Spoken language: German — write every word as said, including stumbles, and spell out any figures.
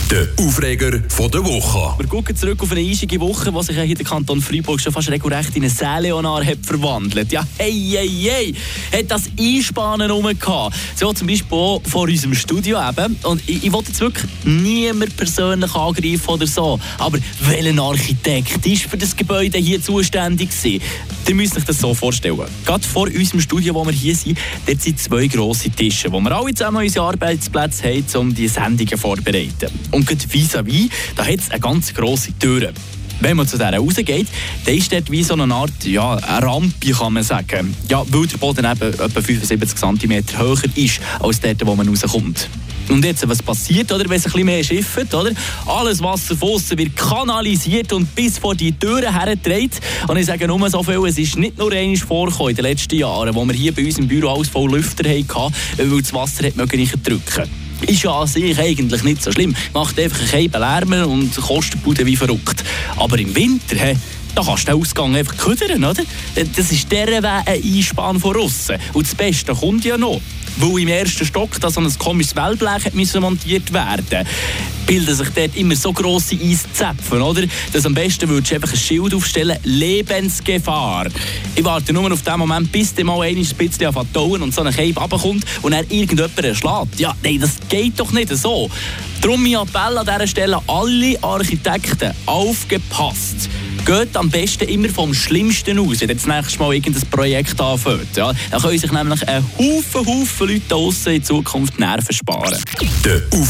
Der Aufreger von der Woche. Wir schauen zurück auf eine einzige Woche, die sich hier in der Kanton Freiburg schon fast regelrecht in einen Seeleonar hat verwandelt. Ja, hey, hey, hey, hat das Einspannen rumgehabt. So zum Beispiel auch vor unserem Studio eben. Und ich, ich wollte jetzt wirklich niemand persönlich angreifen oder so. Aber welcher Architekt ist für das Gebäude hier zuständig gewesen? Ihr müsst euch das so vorstellen. Gerade vor unserem Studio, wo wir hier sind, dort sind zwei grosse Tische, wo wir alle zusammen unsere Arbeitsplätze haben, um die Sendungen vorzubereiten. Und gerade vis-à-vis, da hat es eine ganz grosse Tür. Wenn man zu dieser rausgeht, dann ist dort wie so eine Art, ja, eine Rampe, kann man sagen. Ja, weil der Boden eben etwa fünfundsiebzig Zentimeter höher ist, als dort, wo man rauskommt. Und jetzt, was passiert, oder, wenn es ein bisschen mehr schifft, oder? Alles Wasser von aussen wird kanalisiert und bis vor die Türen hergetragen. Und ich sage nur so viel, es ist nicht nur einmal vorgekommen in den letzten Jahren, wo wir hier bei uns im Büro alles voll Lüfter hatten, weil das Wasser nicht drücken. Ist ja an sich eigentlich nicht so schlimm. Macht einfach ein Keiben Lärm und kostet die Bude wie verrückt. Aber im Winter, he, da kannst du den Ausgang einfach küdern, oder? Das ist der Weg ein Einspann von aussen. Und das Beste kommt ja noch. Weil im ersten Stock da so ein komisches Wellblech musste montiert werden, bilden sich dort immer so grosse Eiszapfen, oder? Dass am besten würdest du einfach ein Schild aufstellen, Lebensgefahr. Ich warte nur auf den Moment, bis der mal ein bisschen anfängt und so eine Scheibe runterkommt und dann irgendjemand erschlägt. Ja, nein, das geht doch nicht so. Darum mein Appell an dieser Stelle, alle Architekten, aufgepasst. Geht am besten immer vom Schlimmsten aus, wenn das nächste Mal irgendein Projekt anfängt. Ja, dann können sich nämlich ein Haufen, Haufen Leute draussen in Zukunft Nerven sparen. Der